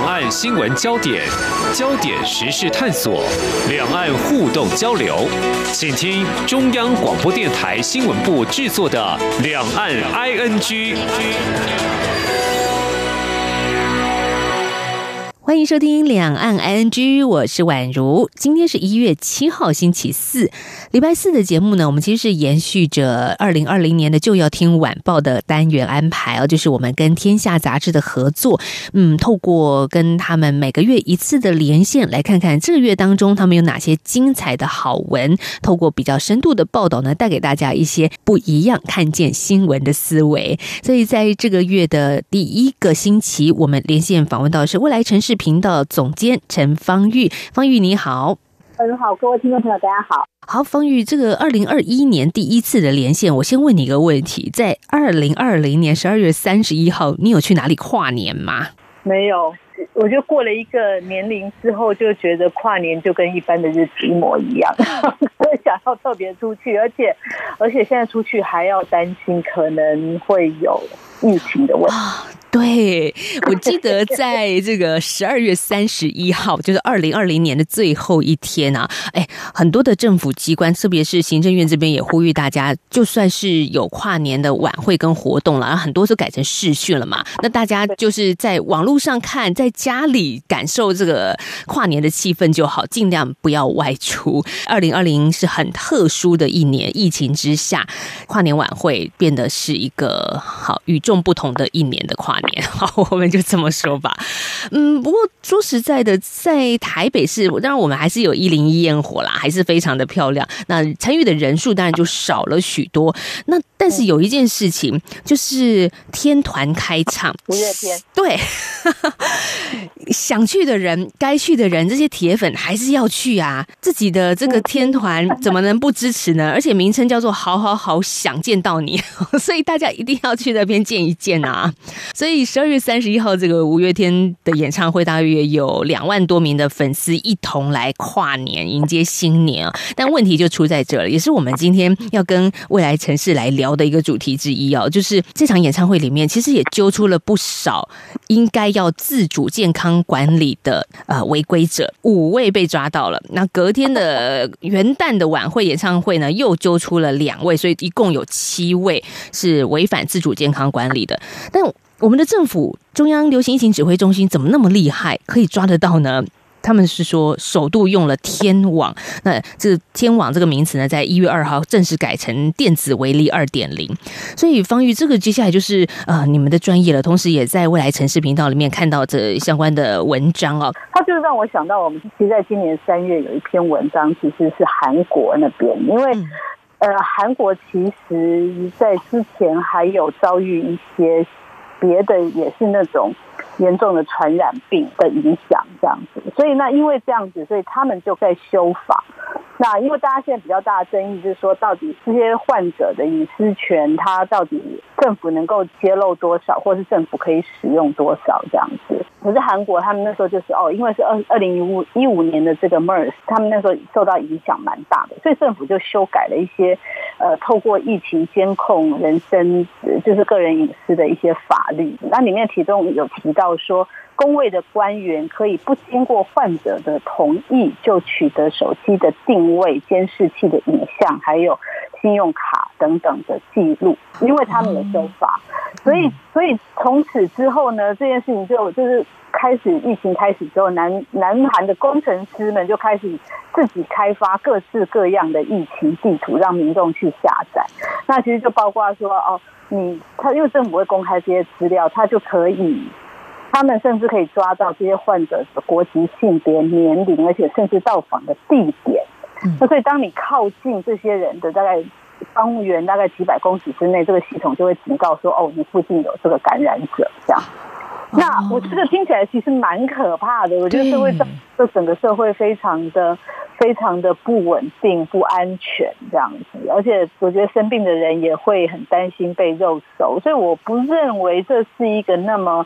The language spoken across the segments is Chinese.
岸新闻焦点，焦点时事探索，两岸互动交流，请听中央广播电台新闻部制作的《两岸 ING》。 欢迎收听两岸 ING， 我是宛如。今天是1月7号星期四，礼拜四的节目呢，我们其实是延续着2020年的就要听晚报的单元安排哦，就是我们跟天下杂志的合作，透过跟他们每个月一次的连线，来看看这个月当中他们有哪些精彩的好文，透过比较深度的报道呢，带给大家一些不一样看见新闻的思维。所以在这个月的第一个星期，我们连线访问到的是未来城市频道总监陈芳玉。芳玉你好。 很好，各位听众朋友大家好。 好，芳玉，这个2021年第一次的连线，我先问你一个问题，在2020年12月31号你有去哪里跨年吗？ 没有，我就过了一个年龄之后就觉得跨年就跟一般的日子一模一样，所以想要特别出去，而且现在出去还要担心可能会有疫情的问题。 对，我记得在这个12月31号，就是2020年的最后一天啊，很多的政府机关，特别是行政院这边也呼吁大家，就算是有跨年的晚会跟活动了，很多都改成视讯了嘛，那大家就是在网络上看，在家里感受这个跨年的气氛就好，尽量不要外出。2020是很特殊的一年，疫情之下，跨年晚会变得是一个好与众不同的一年的跨年。好，我们就这么说吧。不过说实在的，在台北市，当然我们还是有101焰火啦，还是非常的漂亮。那参与的人数当然就少了许多。那但是有一件事情，就是天团开唱 5月天， 对，想去的人、该去的人，这些铁粉还是要去啊。自己的这个天团怎么能不支持呢？而且名称叫做“好好好想见到你”，所以大家一定要去那边见一见啊。所以12月31号这个5月天的演唱会，大约有2万多名的粉丝一同来跨年，迎接新年啊。但问题就出在这了，也是我们今天要跟未来城市来聊的一个主题之一哦，就是这场演唱会里面，其实也揪出了不少应该要自主健康管理的违规者，5位被抓到了。那隔天的元旦的晚会演唱会呢，又揪出了2位，所以一共有7位是违反自主健康管理的。但我们的政府中央流行疫情指挥中心怎么那么厉害，可以抓得到呢？他们是说首度用了天网，那这天网这个名词呢，在1月2号正式改成电子围篱 2.0。 所以芳玉，这个接下来就是你们的专业了，同时也在未来城市频道里面看到这相关的文章哦。 它就让我想到，我们其实在今年3月有一篇文章，其实是韩国那边，因为韩国其实在之前还有遭遇一些别的也是那种严重的传染病的影响这样子，所以那因为这样子，所以他们就在修法。那因为大家现在比较大的争议就是说，到底这些患者的隐私权，他到底政府能够揭露多少，或是政府可以使用多少这样子。可是韩国他们那时候就是因为是2015年的这个 MERS， 他们那时候受到影响蛮大的，所以政府就修改了一些透过疫情监控人身就是个人隐私的一些法律。那里面其中有提到说，公卫的官员可以不经过患者的同意就取得手机的定位、监视器的影像，还有信用卡等等的记录，因为他们有修法，所以从此之后呢，这件事情就是疫情开始之后，南韩的工程师们就开始自己开发各式各样的疫情地图，让民众去下载。那其实就包括说他因为政府会公开这些资料，他们甚至可以抓到这些患者的国籍、性别、年龄，而且甚至到访的地点。那所以当你靠近这些人的大概方圆大概几百公尺之内，这个系统就会警告说，你附近有这个感染者这样。那我这个听起来其实蛮可怕的，我觉得这整个社会非常的不稳定、不安全这样子，而且我觉得生病的人也会很担心被肉搜，所以我不认为这是一个那么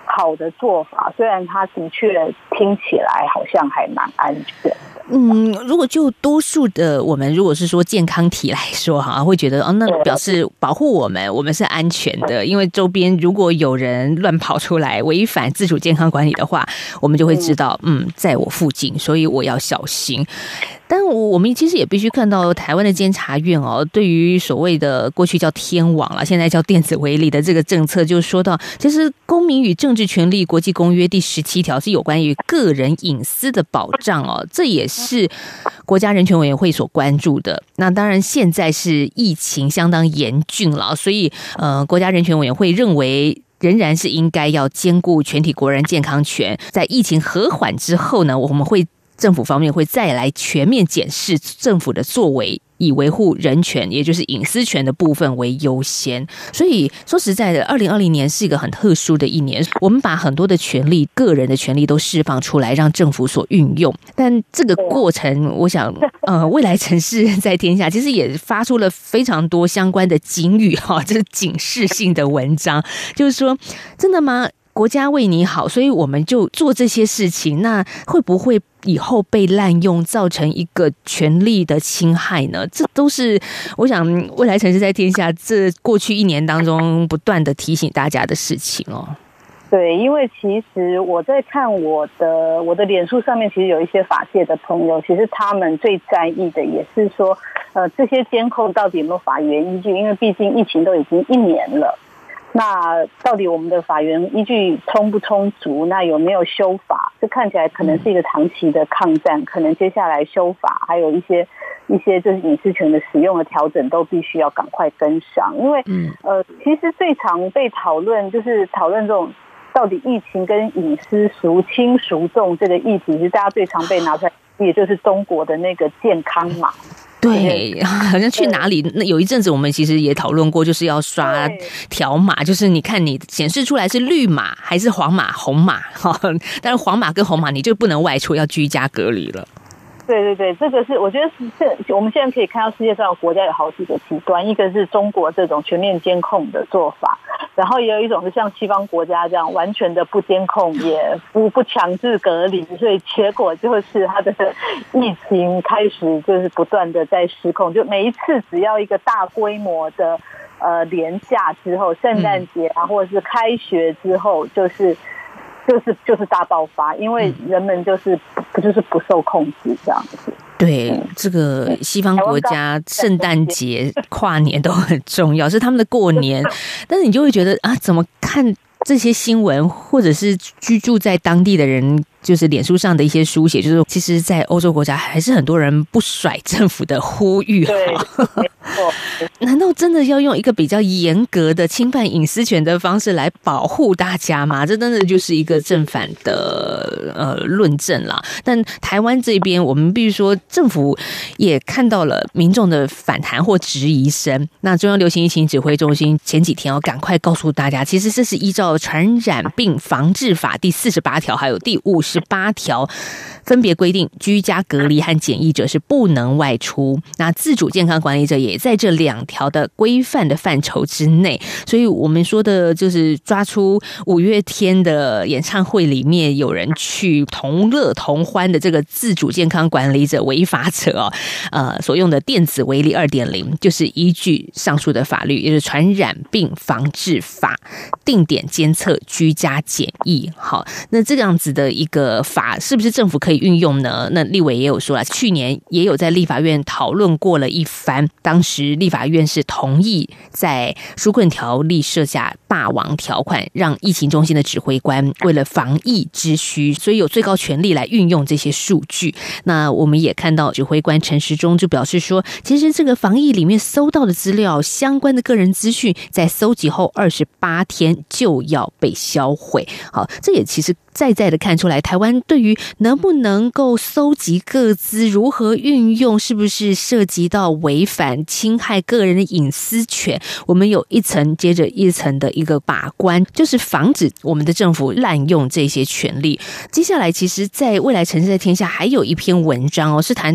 好的做法，虽然它的确听起来好像还蛮安全的。 如果就多数的我们如果是说健康体来说哈，会觉得那表示保护我们是安全的，因为周边如果有人乱跑出来违反自主健康管理的话，我们就会知道在我附近，所以我要小心。但我们其实也必须看到台湾的监察院对于所谓的过去叫天网啦，现在叫电子围篱的这个政策，就说到其实《公民与政治权利国际公约》第17条是有关于个人隐私的保障这也是国家人权委员会所关注的。那当然现在是疫情相当严峻了，所以国家人权委员会认为仍然是应该要兼顾全体国人健康权。在疫情和缓之后呢，我们政府方面会再来全面检视政府的作为，以维护人权，也就是隐私权的部分为优先。所以说实在的2020年是一个很特殊的一年，我们把很多的权利，个人的权利都释放出来让政府所运用。但这个过程我想未来城市在天下其实也发出了非常多相关的警语这是警示性的文章，就是说真的吗？国家为你好，所以我们就做这些事情，那会不会以后被滥用，造成一个权利的侵害呢？这都是我想未来城市在天下这过去1年当中不断的提醒大家的事情对，因为其实我在看我的脸书上面，其实有一些法界的朋友，其实他们最在意的也是说，这些监控到底有没有法源依据？因为毕竟疫情都已经1年了。那到底我们的法源依据充不充足？那有没有修法？这看起来可能是一个长期的抗战，可能接下来修法还有一些就是隐私权的使用的调整都必须要赶快跟上。因为其实最常被讨论就是讨论这种到底疫情跟隐私孰轻孰重这个议题，其实大家最常被拿出来，也就是中国的那个健康码。 对，好像去哪里有一阵子我们其实也讨论过，就是要刷条码，就是你看你显示出来是绿码还是黄码红码但是黄码跟红码你就不能外出，要居家隔离了。 对对对，这个是我觉得是我们现在可以看到世界上的国家有好几个极端，一个是中国这种全面监控的做法，然后也有一种是像西方国家这样完全的不监控，也不强制隔离，所以结果就是它的疫情开始就是不断的在失控，就每一次只要一个大规模的连假之后，圣诞节啊或者是开学之后，就是大爆发，因为人们就是不受控制这样子。 对，这个西方国家圣诞节、跨年都很重要，是他们的过年，但是你就会觉得怎么看这些新闻，或者是居住在当地的人，就是脸书上的一些书写，就是其实在欧洲国家还是很多人不甩政府的呼吁。 对， 难道真的要用一个比较严格的侵犯隐私权的方式来保护大家吗？这真的就是一个正反的论证啦。但台湾这边，我们必须说，政府也看到了民众的反弹或质疑声。那中央流行疫情指挥中心前几天要赶快告诉大家，其实这是依照《传染病防治法》第48条还有第58条分别规定，居家隔离和检疫者是不能外出。那自主健康管理者也在这2条的规范的范畴之内。所以我们说的就是抓出5月天的演唱会里面有人去同乐同欢的这个自主健康管理者违法者所用的电子围篱 2.0 就是依据上述的法律，也就是《传染病防治法》定点监测居家检疫。好，那这样子的一个法是不是政府可以运用呢？那立委也有说了，去年也有在立法院讨论过了一番，当时立法院是同意在纾困条例设下霸王条款，让疫情中心的指挥官为了防疫之需，所以有最高权力来运用这些数据。那我们也看到指挥官陈时中就表示说，其实这个防疫里面搜到的资料，相关的个人资讯在搜集后28天就要被销毁。好，这也其实在的看出来，台湾对于能不能够搜集个资，如何运用，是不是涉及到违反侵害个人的隐私权，我们有一层接着一层的一个把关，就是防止我们的政府滥用这些权利。接下来其实在未来城市在天下还有一篇文章是谈到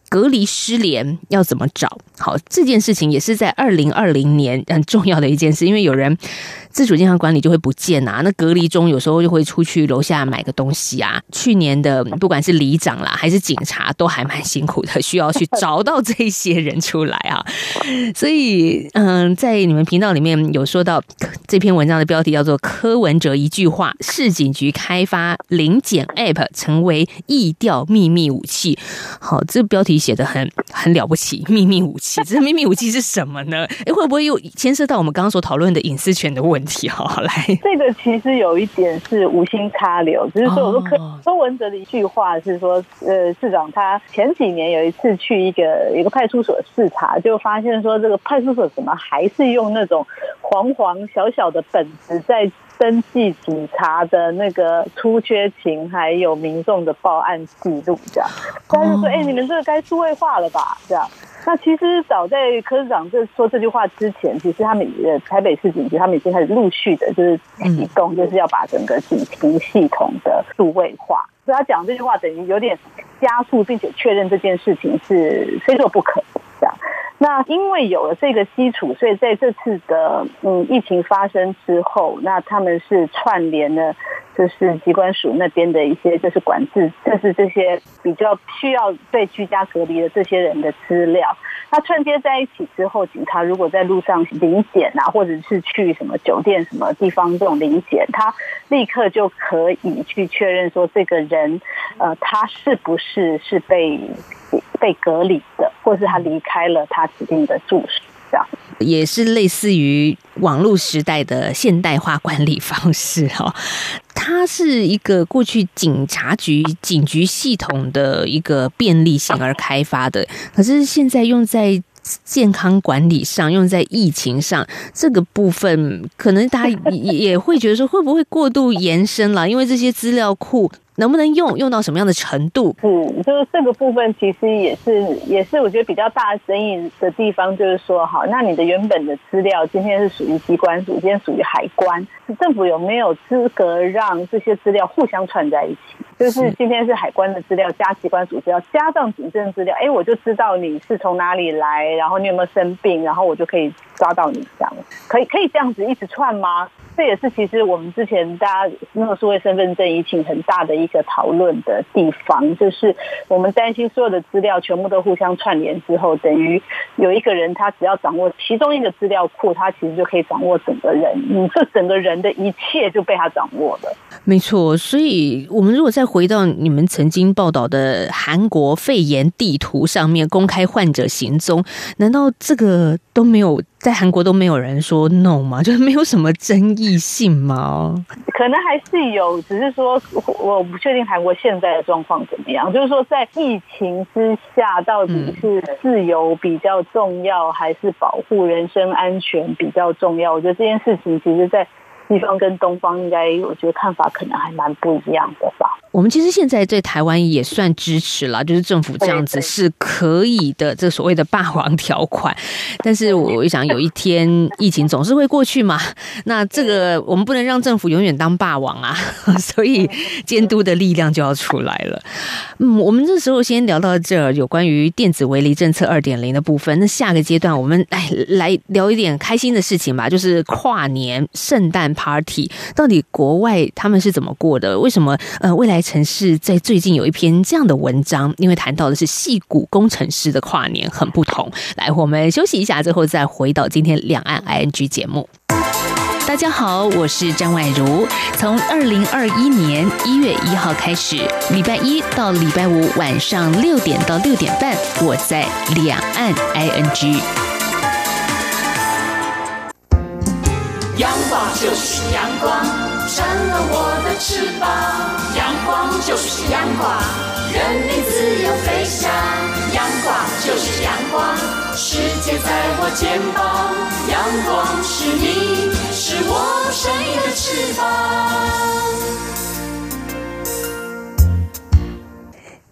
隔离失联要怎么找？好，这件事情也是在2020年很重要的一件事，因为有人自主健康管理就会不见啊，那隔离中有时候就会出去楼下买个东西啊。去年的不管是里长啦还是警察都还蛮辛苦的，需要去找到这些人出来啊。所以在你们频道里面有说到这篇文章的标题叫做柯文哲一句话，市警局开发零检 App 成为疫调秘密武器。好，这个标题写得很了不起，秘密武器，这秘密武器是什么呢？会不会又牵涉到我们刚刚所讨论的隐私权的问题？好，来， 这个其实有一点是无心插柳，只是说我说柯文哲的一句话是说，市长他前几年有一次去一个派出所视察，就发现说这个派出所怎么还是用那种黄小小的本子在登记警察的那个出缺勤，还有民众的报案记录，这样，他就说：“你们这个该数位化了吧？”这样。那其实早在柯市长说这句话之前，其实他们台北市警局他们已经开始陆续的就是启动，就是要把整个警情系统的数位化。所以他讲这句话等于有点加速，并且确认这件事情是非做不可这样。那因为有了这个基础，所以在这次的疫情发生之后，那他们是串联了就是疾管署那边的一些就是管制，就是这些比较需要被居家隔离的这些人的资料，那串接在一起之后，警察如果在路上临检啊，或者是去什么酒店什么地方这种临检，他立刻就可以去确认说这个人他是不是被隔离的，或是他离开了他指定的住所，这样也是类似于网络时代的现代化管理方式哈。它是一个过去警局系统的一个便利性而开发的，可是现在用在健康管理上，用在疫情上，这个部分可能大家也会觉得说会不会过度延伸了？因为这些资料库能不能用到什么样的程度？ 就是这个部分其实也是我觉得比较大的争议的地方，就是说好，那你的原本的资料今天是属于机关署，今天属于海关，政府有没有资格让这些资料互相串在一起？就是今天是海关的资料加机关署资料加上警政资料，我就知道你是从哪里来，然后你有没有生病，然后我就可以抓到你这样，可以这样子一直串吗？这也是其实我们之前大家那个数位身份证疫情很大的一个讨论的地方，就是我们担心所有的资料全部都互相串联之后，等于有一个人他只要掌握其中一个资料库，他其实就可以掌握整个人，这整个人的一切就被他掌握了。 没错，所以我们如果再回到你们曾经报道的韩国肺炎地图上面公开患者行踪，难道这个都没有在韩国都没有人说 no 吗？就是没有什么争议性吗？ 可能还是有，只是说我不确定韩国现在的状况怎么样，就是说在疫情之下到底是自由比较重要，还是保护人身安全比较重要？我觉得这件事情其实在西方跟东方应该我觉得看法可能还蛮不一样的吧。 我们其实现在在台湾也算支持啦，就是政府这样子是可以的，这所谓的霸王条款。但是我想有一天疫情总是会过去嘛，那这个我们不能让政府永远当霸王啊，所以监督的力量就要出来了。我们这时候先聊到这儿，有关于电子围篱政策 2.0 的部分。那下个阶段我们来聊一点开心的事情吧，就是跨年圣诞 party 到底国外他们是怎么过的？为什么未来城市在最近有一篇这样的文章，因为谈到的是矽谷工程师的跨年很不同。来，我们休息一下之后再回到今天两岸 ING 节目。大家好，我是张婉如。从2021年1月1号开始，礼拜一到礼拜五晚上6点到6点半，我在两岸 ING。 阳光就是阳光，成了我的翅膀。阳光就是阳光，任你自由飞翔。阳光就是阳光，世界在我肩膀。阳光是你，是我生命的翅膀。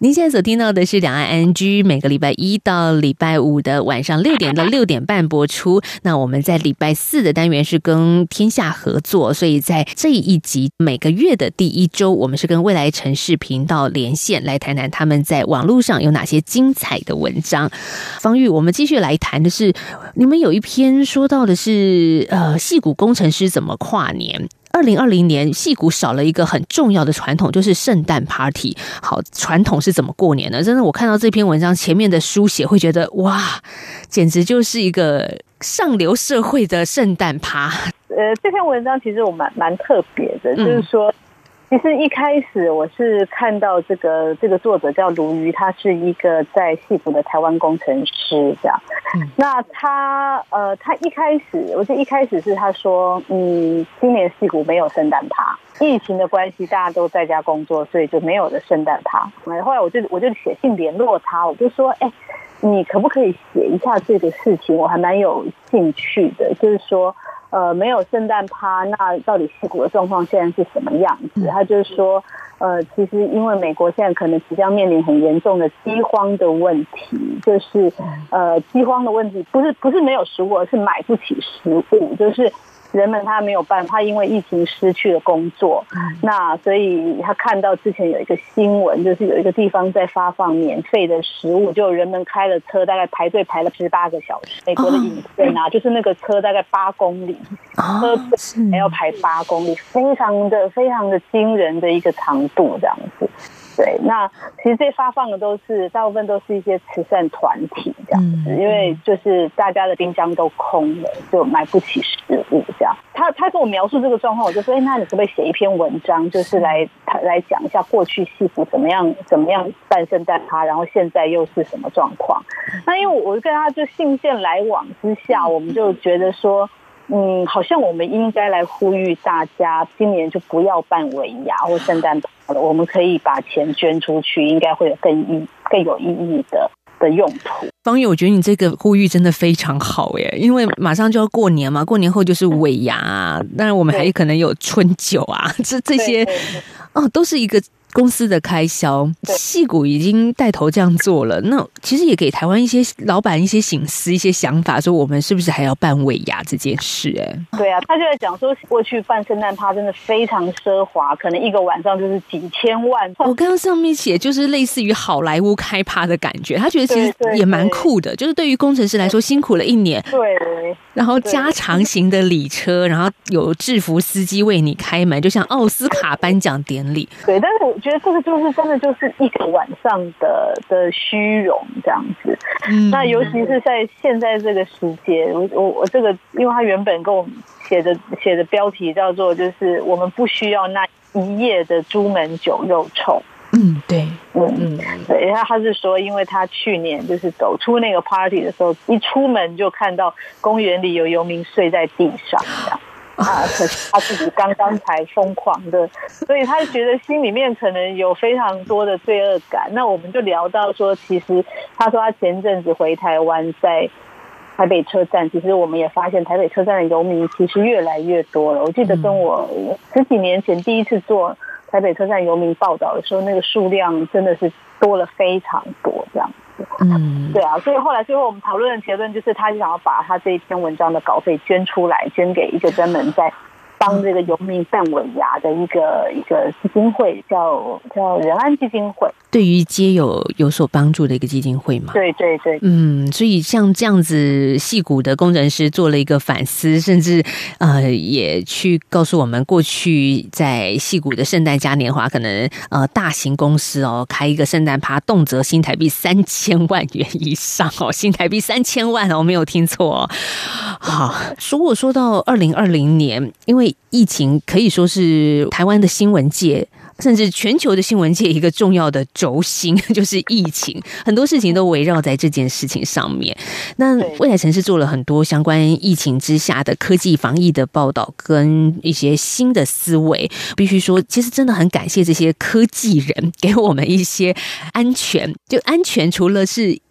您现在所听到的是两岸 ING， 每个礼拜一到礼拜五的晚上6点到6点半播出。那我们在礼拜四的单元是跟天下合作，所以在这一集每个月的第一周，我们是跟未来城市频道连线，来谈谈他们在网络上有哪些精彩的文章。方玉，我们继续来谈的是，你们有一篇说到的是矽谷工程师怎么跨年。2020年矽谷少了一个很重要的传统，就是圣诞 party。 好，传统是怎么过年呢？真的，我看到这篇文章前面的书写会觉得哇，简直就是一个上流社会的圣诞趴。 这篇文章其实我蛮特别的，就是说其实一开始我是看到这个作者叫卢瑜，他是一个在矽谷的台湾工程师这样。那他一开始，我记得一开始是他说，今年矽谷没有圣诞趴，疫情的关系大家都在家工作，所以就没有了圣诞趴。后来我就写信联络他，我就说，你可不可以写一下这个事情？我还蛮有兴趣的，就是说。没有圣诞趴，那到底矽谷的状况现在是什么样子？他就是说，其实因为美国现在可能即将面临很严重的饥荒的问题，就是饥荒的问题不是没有食物，而是买不起食物，就是人们他没有办法，他因为疫情失去了工作，那所以他看到之前有一个新闻，就是有一个地方在发放免费的食物，就人们开了车，大概排队排了18个小时。美国的影片啊，就是那个车大概8公里，车还要排8公里，非常的惊人的一个长度这样子。对，那其实这发放的大部分都是一些慈善团体这样子，因为就是大家的冰箱都空了，就买不起食物这样。他跟我描述这个状况，我就说，那你可不可以写一篇文章，就是来讲一下过去矽谷怎么样办圣诞趴，然后现在又是什么状况？那因为我跟他就信件来往之下，我们就觉得说。好像我们应该来呼吁大家，今年就不要办尾牙或圣诞趴了，我们可以把钱捐出去，应该会有更有意义的用途。 方玉，我觉得你这个呼吁真的非常好耶，因为马上就要过年嘛，过年后就是尾牙啊，当然我们还可能有春酒啊，这些都是一个公司的开销。矽谷已经带头这样做了，那其实也给台湾一些老板一些省思、一些想法，说我们是不是还要办尾牙这件事？ 对啊，他就在讲说，过去办圣诞趴真的非常奢华，可能一个晚上就是几千万。 我刚刚上面写就是类似于好莱坞开趴的感觉，他觉得其实也蛮酷的，就是对于工程师来说辛苦了一年， 对， 然后加长型的礼车，然后有制服司机为你开门，就像奥斯卡颁奖典礼。 对，但是我觉得这个就是真的就是一个晚上的虚荣这样子。那尤其是在现在这个时节，我这个，因为他原本跟我写的标题叫做就是我们不需要那一夜的朱门酒肉臭。 对， 对，他是说，因为他去年就是走出那个 party 的时候，一出门就看到公园里有游民睡在地上这样。可是他自己刚刚才疯狂的，所以他觉得心里面可能有非常多的罪恶感。那我们就聊到说，其实他说他前阵子回台湾，在台北车站，其实我们也发现台北车站的游民其实越来越多了。我记得跟我10几年前第一次做台北车站游民报道的时候，那个数量真的是多了非常多这样子。对啊，所以后来最后我们讨论的结论就是，他想要把他这一篇文章的稿费捐出来，捐给一个专门在帮这个游民办尾牙的一个基金会，叫仁安基金会。 对于街友有所帮助的一个基金会嘛。 对对对， 所以像这样子，矽谷的工程师做了一个反思，甚至也去告诉我们，过去在矽谷的圣诞嘉年华，可能大型公司开一个圣诞趴，动辄新台币3000万元以上新台币3000万我没有听错好，如果说到2020年，因为疫情可以说是台湾的新闻界，甚至全球的新闻界一个重要的轴心，就是疫情，很多事情都围绕在这件事情上面。那未来城市做了很多相关疫情之下的科技防疫的报道跟一些新的思维，必须说其实真的很感谢这些科技人给我们一些安全，就安全除了是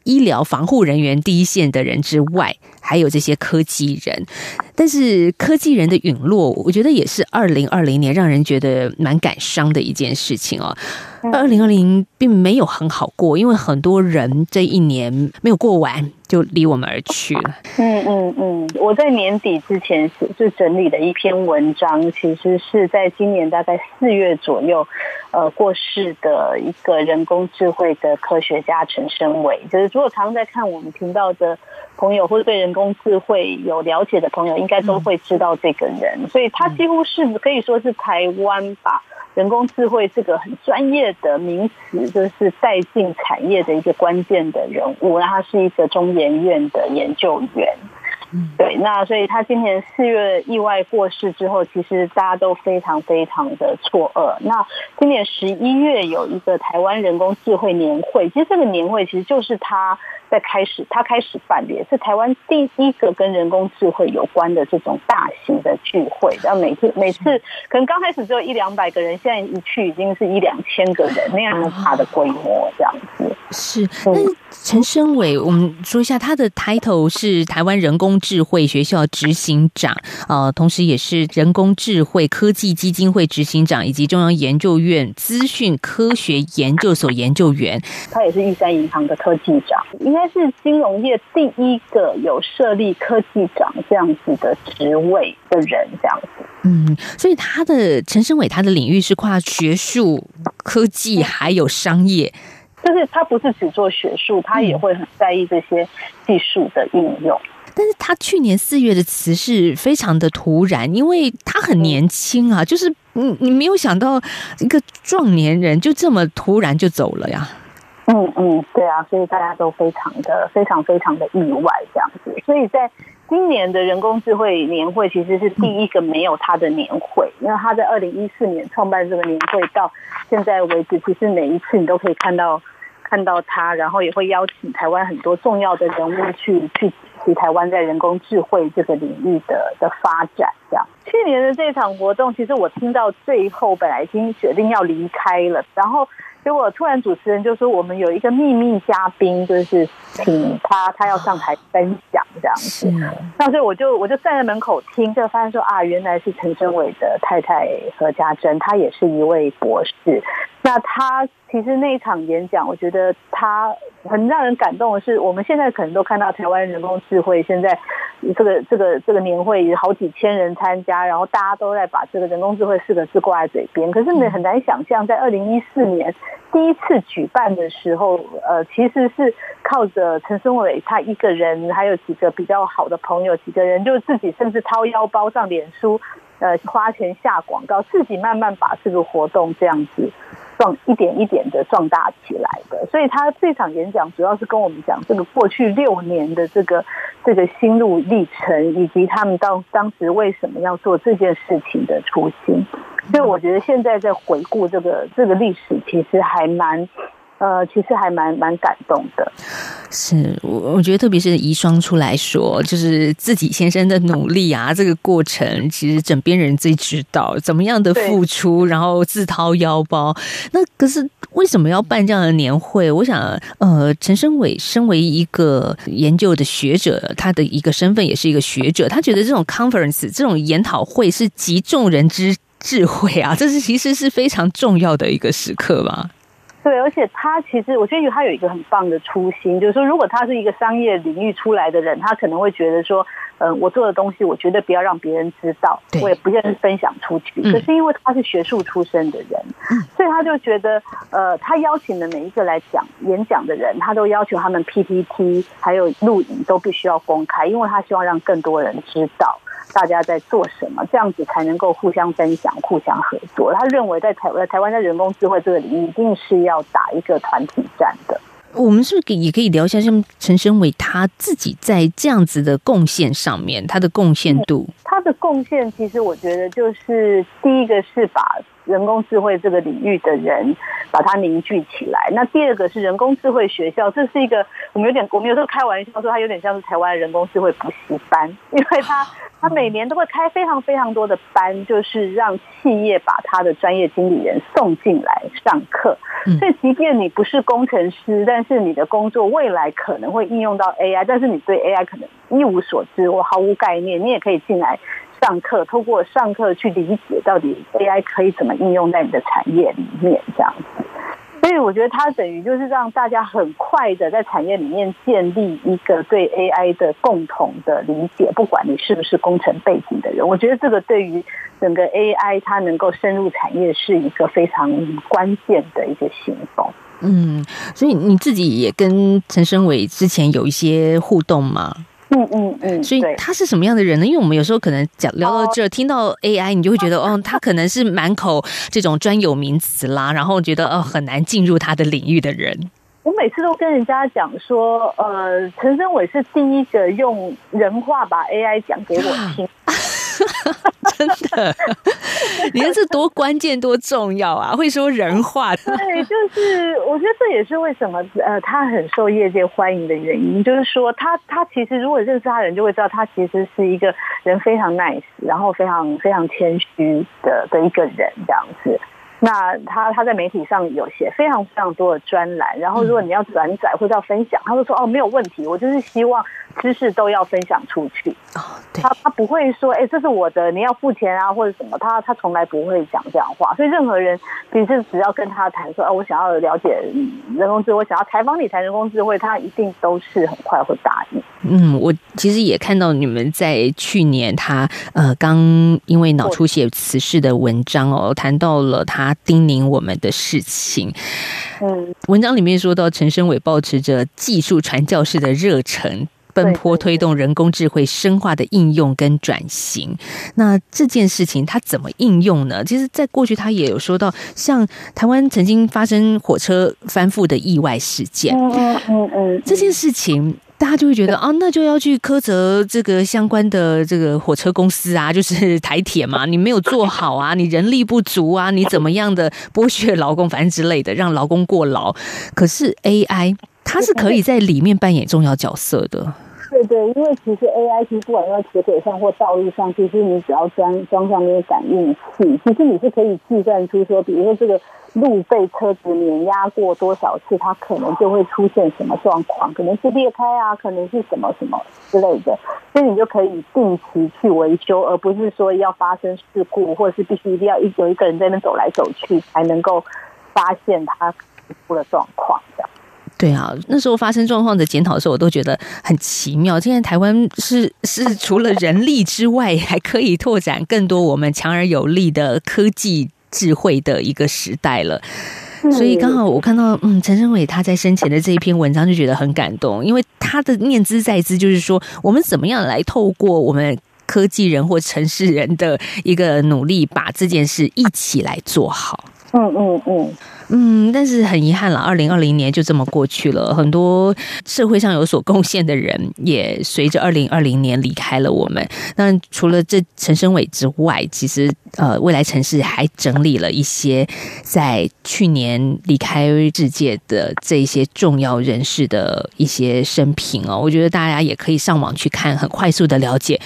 医疗防护人员第一线的人之外，还有这些科技人。但是科技人的陨落，我觉得也是2020年让人觉得蛮感伤的一件事情哦。2020并没有很好过，因为很多人这一年没有过完就离我们而去了。 我在年底之前就整理了一篇文章，其实是在今年大概4月左右过世的一个人工智慧的科学家陈升伟。就是如果常常在看我们频道的朋友，或者对人工智慧有了解的朋友，应该都会知道这个人。所以他几乎是可以说是台湾把人工智慧这个很专业的名词就是带进产业的一个关键的人物。那他是一个中研院的研究员。对，那所以他今年4月意外过世之后，其实大家都非常非常的错愕。那今年11月有一个台湾人工智慧年会，其实这个年会其实就是他开始办的，也是台湾第一个跟人工智慧有关的这种大型的聚会。然后每次可能刚开始只有100-200个人，现在一去已经是1-2000个人那样大的规模这样子。 是，但是陈升伟，我们说一下他的 title 是台湾人工智慧学校执行长，同时也是人工智慧科技基金会执行长，以及中央研究院资讯科学研究所研究员。 他也是玉山银行的科技长，应该是金融业第一个有设立科技长这样子的职位的人，这样子。 所以陈升伟他的领域是跨学术、科技还有商业。 就是他不是只做学术，他也会很在意这些技术的应用。 但是他去年4月的辞世非常的突然，因为他很年轻啊，就是你没有想到一个壮年人就这么突然就走了呀。 对啊，所以大家都非常非常的意外这样子。所以在今年的人工智慧年会其实是第一个没有他的年会，因为他在2014年创办这个年会到现在为止，其实每一次你都可以看到他，然后也会邀请台湾很多重要的人物去支持台湾在人工智慧这个领域的发展。这样，去年的这场活动，其实我听到最后本来已经决定要离开了，然后结果突然主持人就说我们有一个秘密嘉宾，就是请他要上台分享这样子。那所以我就站在门口听，就发现说原来是陈升伟的太太何家珍，她也是一位博士。那他其实那一场演讲，我觉得他很让人感动的是，我们现在可能都看到台湾人工智慧现在这个年会有好几千人参加，然后大家都在把这个人工智慧4个字挂在嘴边。可是你很难想象，在2014年第一次举办的时候，其实是靠着陈升伟他一个人，还有几个比较好的朋友，几个人就自己甚至掏腰包上脸书，花钱下广告，自己慢慢把这个活动这样子一点一点的壮大起来的。所以他这场演讲主要是跟我们讲这个过去6年的这个心路历程，以及他们当时为什么要做这件事情的初心。所以我觉得现在在回顾这个历史，其实还蛮感动的。 是，我觉得特别是遗孀出来说，就是自己先生的努力啊，这个过程其实枕边人最知道怎么样的付出，然后自掏腰包。那可是为什么要办这样的年会？我想陈升伟身为一个研究的学者，他的一个身份也是一个学者，他觉得这种 conference 这种研讨会是集众人之智慧啊，这是其实是非常重要的一个时刻吧。 对，而且他其实我觉得他有一个很棒的初心，就是说如果他是一个商业领域出来的人，他可能会觉得说我做的东西我绝对不要让别人知道，我也不愿意分享出去。可是因为他是学术出身的人，所以他就觉得他邀请的每一个来演讲的人，他都要求他们 PPT 还有录影都必须要公开，因为他希望让更多人知道大家在做什么，这样子才能够互相分享、互相合作。他认为在台湾在人工智慧这个领域，一定是要打一个团体战的。 我们是不是也可以聊一下，像陈升伟他自己在这样子的贡献上面，他的贡献度？ 他的贡献其实我觉得就是第一个是把人工智慧这个领域的人把它凝聚起来。那第二个是人工智慧学校，这是一个我们有时候开玩笑说它有点像是台湾人工智慧补习班，因为它每年都会开非常非常多的班，就是让企业把它的专业经理人送进来上课。 所以即便你不是工程师，但是你的工作未来可能会应用到 AI， 但是你对 AI 可能一无所知或毫无概念，你也可以进来上课，透过上课去理解到底 AI 可以怎么应用在你的产业里面这样子。所以我觉得它等于就是让大家很快的在产业里面建立一个对 AI 的共同的理解，不管你是不是工程背景的人，我觉得这个对于整个 AI 它能够深入产业是一个非常关键的一个行动。 所以你自己也跟陈升伟之前有一些互动吗？所以他是什么样的人呢？因为我们有时候可能聊到这，听到 AI， 你就会觉得他可能是满口这种专有名词啦，然后觉得很难进入他的领域的人。 我每次都跟人家讲说，陈升伟是第一个用人话把 AI 讲给我听。 真的，你看这多关键多重要啊！会说人话。 对，就是我觉得这也是为什么他很受业界欢迎的原因，就是说他其实如果认识他的人就会知道，他其实是一个人非常 nice， 然后非常非常谦虚的一个人这样子。那他在媒体上有写非常非常多的专栏，然后如果你要转载或者要分享，他会说没有问题，我就是希望知识都要分享出去。他不会说这是我的，你要付钱啊或者什么，他从来不会讲这样话。所以任何人其实只要跟他谈说我想要了解人工智慧，我想要采访你谈人工智慧，他一定都是很快会答应。 我其实也看到你们在去年他刚因为脑出血辞世的文章谈到了他叮咛我们的事情。文章里面说到陈升伟抱持着技术传教士的热忱，奔波推动人工智慧深化的应用跟转型。那这件事情它怎么应用呢？其实在过去他也有说到，像台湾曾经发生火车翻覆的意外事件，这件事情大家就会觉得那就要去苛责这个相关的这个火车公司啊，就是台铁嘛，你没有做好啊，你人力不足啊，你怎么样的剥削劳工，反正之类的，让劳工过劳。可是 AI 它是可以在里面扮演重要角色的。 对，因为其实 AI 其实不管在铁轨上或道路上，其实你只要装上那些感应器，其实你是可以计算出说，比如说这个路被车子碾压过多少次，它可能就会出现什么状况，可能是裂开啊，可能是什么什么之类的，所以你就可以定期去维修，而不是说要发生事故，或者是必须一定要有一个人在那走来走去才能够发现它出了状况这样。 对啊，那时候发生状况的检讨的时候，我都觉得很奇妙。现在台湾是除了人力之外，还可以拓展更多我们强而有力的科技智慧的一个时代了。所以刚好我看到陈升伟他在生前的这一篇文章，就觉得很感动，因为他的念兹在兹，就是说我们怎么样来透过我们科技人或城市人的一个努力，把这件事一起来做好。但是很遗憾了，2020年就这么过去了，很多社会上有所贡献的人也随着2020年离开了我们。那除了这陈升伟之外，其实未来城市还整理了一些在去年离开世界的这一些重要人士的一些生平我觉得大家也可以上网去看，很快速的了解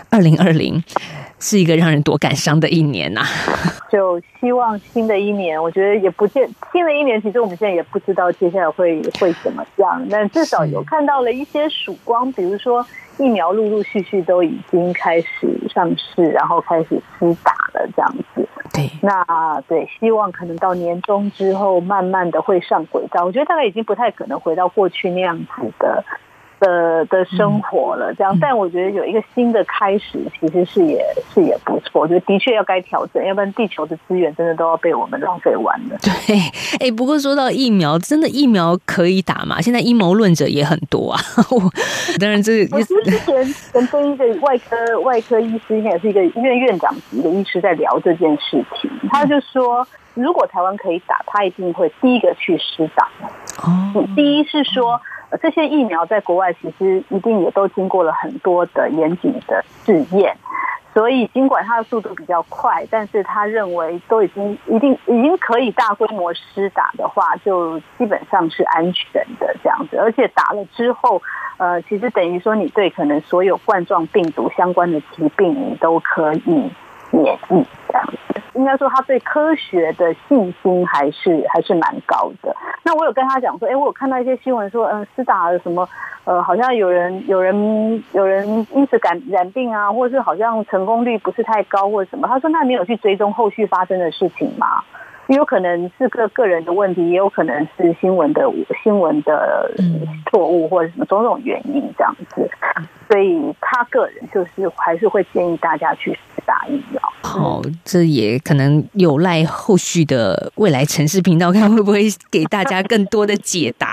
2020是一个让人多感伤的一年呐。 就希望新的一年，我觉得也不见新的一年，其实我们现在也不知道接下来会怎么样，但至少有看到了一些曙光，比如说疫苗陆陆续续都已经开始上市，然后开始施打了这样子。 对， 那对，希望可能到年中之后，慢慢的会上轨道。我觉得大概已经不太可能回到过去那样子的生活了，这样，但我觉得有一个新的开始，其实是也不错。我觉得的确要该调整，要不然地球的资源真的都要被我们浪费完了。 对，不过说到疫苗，真的疫苗可以打吗？现在阴谋论者也很多啊。当然这个，我之前跟一个外科医师，应该也是一个医院院长级的医师在聊这件事情，他就说，如果台湾可以打，他一定会第一个去施打。第一是说，这些疫苗在国外其实一定也都经过了很多的严谨的试验，所以尽管它的速度比较快，但是他认为都已经可以大规模施打的话，就基本上是安全的这样子。而且打了之后，其实等于说你对可能所有冠状病毒相关的疾病，你都可以免疫这样子。应该说他对科学的信心还是蛮高的。那我有跟他讲说，我有看到一些新闻说，施打了什么，好像有人因此染病啊，或者是好像成功率不是太高或者什么。他说那你有去追踪后续发生的事情吗？有可能是个人的问题，也有可能是新闻的错误或者什么种种原因这样子，所以他个人就是还是会建议大家去打疫苗。 好，这也可能有赖后续的未来城市频道，看会不会给大家更多的解答。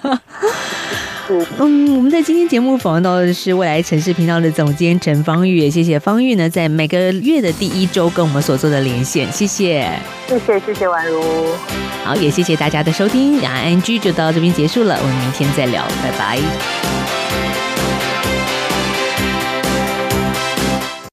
我们在今天节目访问到的是未来城市频道的总监陈芳玉，也谢谢芳玉呢，在每个月的第1周跟我们所做的连线，谢谢婉如。 好，也谢谢大家的收听，两岸 NG 就到这边结束了，我们明天再聊，拜拜。